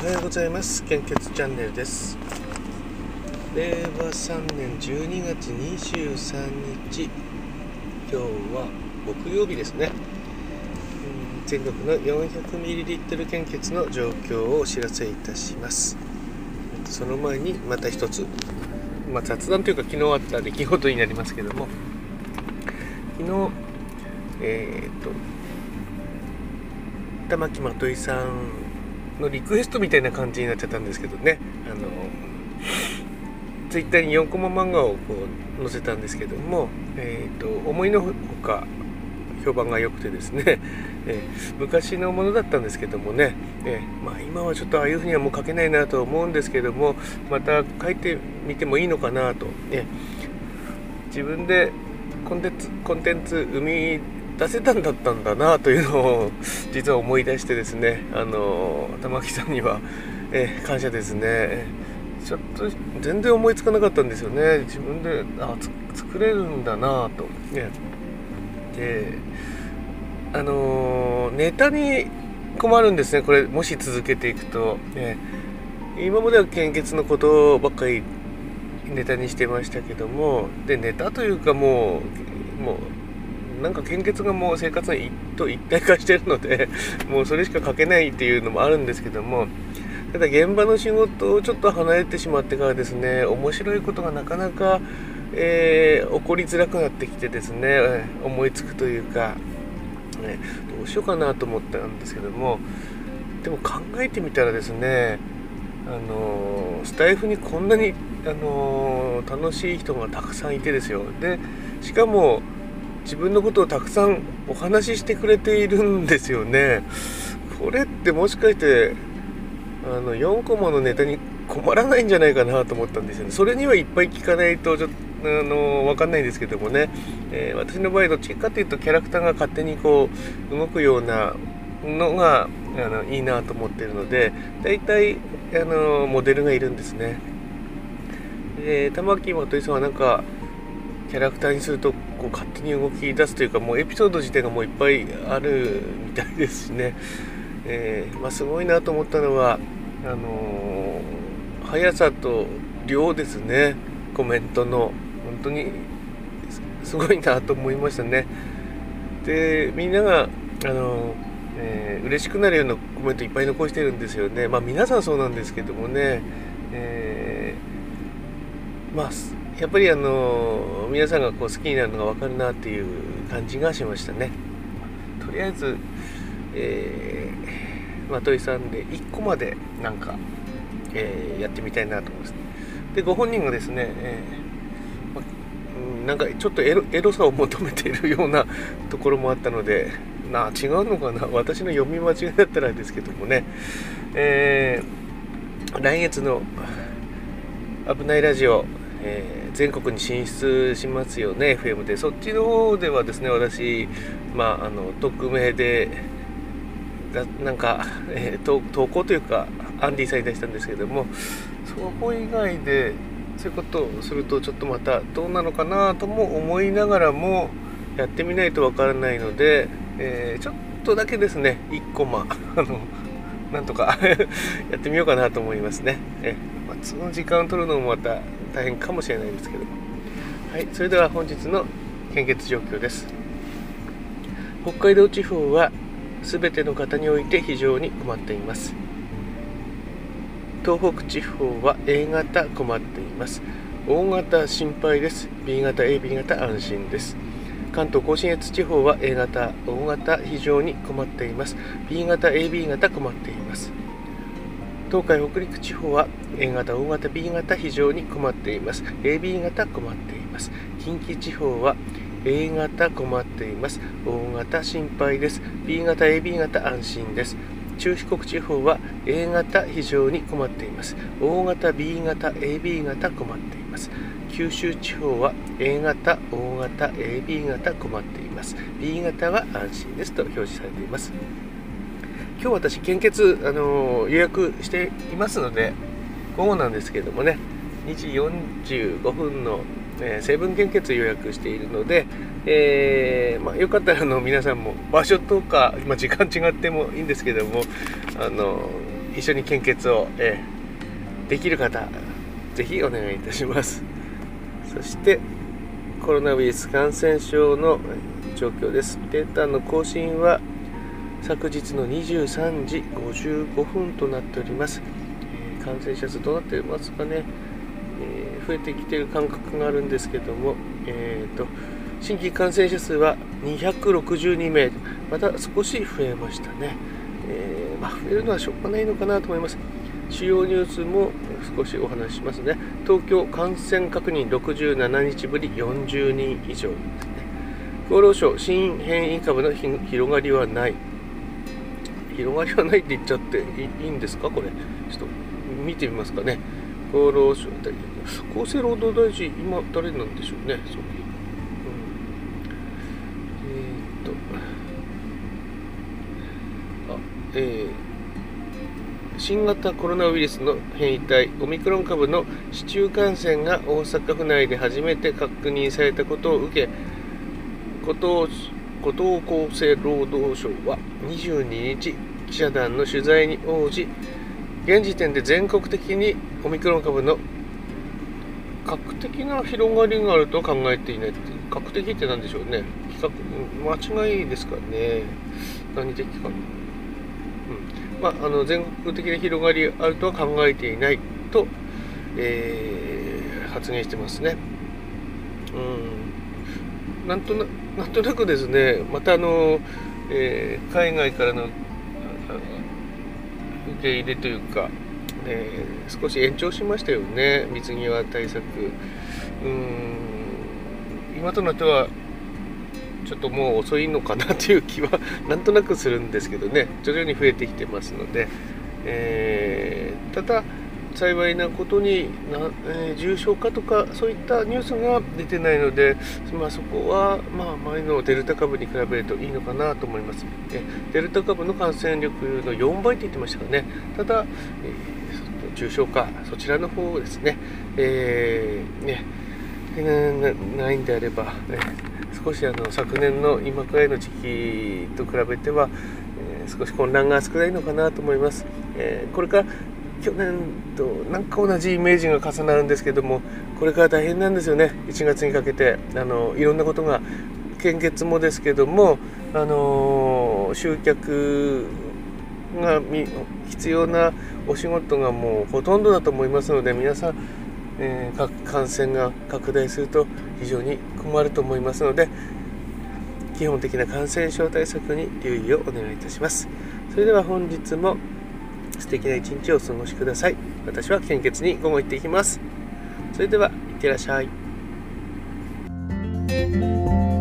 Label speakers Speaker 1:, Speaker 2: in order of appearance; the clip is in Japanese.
Speaker 1: はようございます。献血チャンネルです。令和3年12月23日、今日は木曜日ですね。全国の 400ml 献血の状況をお知らせいたします。その前にまた一つ、雑談というか昨日あった出来事になりますけども、昨日玉木まといさんのリクエストみたいな感じになっちゃったんですけどね、ツイッターに4コマ漫画をこう載せたんですけども、思いのほか評判が良くてですね、昔のものだったんですけどもね、今はちょっとああいうふうにはもう書けないなと思うんですけども、また書いてみてもいいのかなと、自分でコンテンツ生み出せたんだったんだなというのを実は思い出してですね、玉木さんには、感謝ですね。ちょっと全然思いつかなかったんですよね。自分で作れるんだなと、でネタに困るんですね、これもし続けていくと、今までは献血のことばっかりネタにしてましたけども、でネタというかもうなんか献血がもう生活と一体化してるのでもうそれしか書けないっていうのもあるんですけども、ただ現場の仕事をちょっと離れてしまってからですね、面白いことがなかなか、起こりづらくなってきてですね、思いつくというか、どうしようかなと思ったんですけども、でも考えてみたらですね、スタイフにこんなに、楽しい人がたくさんいてですよ。でしかも自分のことをたくさんお話ししてくれているんですよね。これってもしかして4コマのネタに困らないんじゃないかなと思ったんですよね。それにはいっぱい聞かないとちょっと分かんないんですけどもね、私の場合どっちかというとキャラクターが勝手にこう動くようなのがいいなと思っているので、だいたいモデルがいるんですね。玉木まといさんはなんかキャラクターにするとこう勝手に動き出すというか、もうエピソード自体がもういっぱいあるみたいですしね、すごいなと思ったのは速さと量ですね。コメントの本当にすごいなと思いましたね。でみんなが嬉しくなるようなコメントいっぱい残してるんですよね。皆さんそうなんですけどもね、やっぱり皆さんがこう好きになるのが分かるなっていう感じがしましたね。とりあえず、まといさんで1個までなんか、やってみたいなと思います。でご本人がですね、なんかちょっとエロさを求めているようなところもあったので、違うのかな、私の読み間違いだったらですけどもね、来月の危ないラジオ、全国に進出しますよね、 FM で。そっちの方ではですね、私、匿名でなんか、投稿というかアンディさんに出したんですけども、そこ以外でそういうことをするとちょっとまたどうなのかなとも思いながらも、やってみないとわからないので、ちょっとだけですね1コマなんとかやってみようかなと思いますね。その時間を取るのもまた大変かもしれないですけど、はい、それでは本日の献血状況です。北海道地方は全ての方において非常に困っています。東北地方は A 型困っています。O 型心配です。 B 型 AB 型安心です。関東甲信越地方は A 型 O 型非常に困っています。 B 型 AB 型困っています。東海北陸地方は A 型 O 型 B 型非常に困っています。 AB 型困っています。近畿地方は A 型困っています。 O 型心配です。 B 型 AB 型安心です。中四国地方は A 型非常に困っています。 O 型 B 型 AB 型困っています。九州地方は A 型 O 型 AB 型困っています。 B 型は安心ですと表示されています。今日私献血、予約していますので、午後なんですけれどもね、2時45分の成分献血予約しているので、よかったら皆さんも場所とか、時間違ってもいいんですけども、 一緒に献血を、できる方ぜひお願いいたします。そしてコロナウイルス感染症の状況です。データの更新は昨日の23時55分となっております。感染者数どうなってますかね。増えてきている感覚があるんですけども、新規感染者数は262名、また少し増えましたね。増えるのはしょうがないのかなと思います。主要ニュースも少しお話ししますね。東京感染確認67日ぶり40人以上ですね。厚労省、新変異株の広がりはない。広がりはないって言っちゃっていいんですか、これ。ちょっと見てみますかね。厚労省、厚生労働大臣、今誰なんでしょうね。そう新型コロナウイルスの変異体オミクロン株の市中感染が大阪府内で初めて確認されたことを受け、後藤厚生労働省は22日記者団の取材に応じ、現時点で全国的にオミクロン株の核的な広がりがあるとは考えていない。核的って何でしょうね。間違いですかね。何的かな。全国的な広がりあるとは考えていないと、発言してますね。なんとなくですね、また海外からの受け入れというか、少し延長しましたよね、水際対策。今となってはちょっともう遅いのかなという気はなんとなくするんですけどね、徐々に増えてきてますので、ただ幸いなことに重症化とかそういったニュースが出てないので、そこは前のデルタ株に比べるといいのかなと思います。デルタ株の感染力の4倍って言ってましたからね。ただ、重症化そちらの方ですね、ないんであれば、少し昨年の今くらいの時期と比べては、少し混乱が少ないのかなと思います。これから去年となんか同じイメージが重なるんですけども、これから大変なんですよね。1月にかけていろんなことが、献血もですけども、集客が必要なお仕事がもうほとんどだと思いますので、皆さん、感染が拡大すると非常に困ると思いますので、基本的な感染症対策に留意をお願いいたします。それでは本日も素敵な一日をお過ごしください。私は献血に午後行っていきます。それではいってらっしゃい。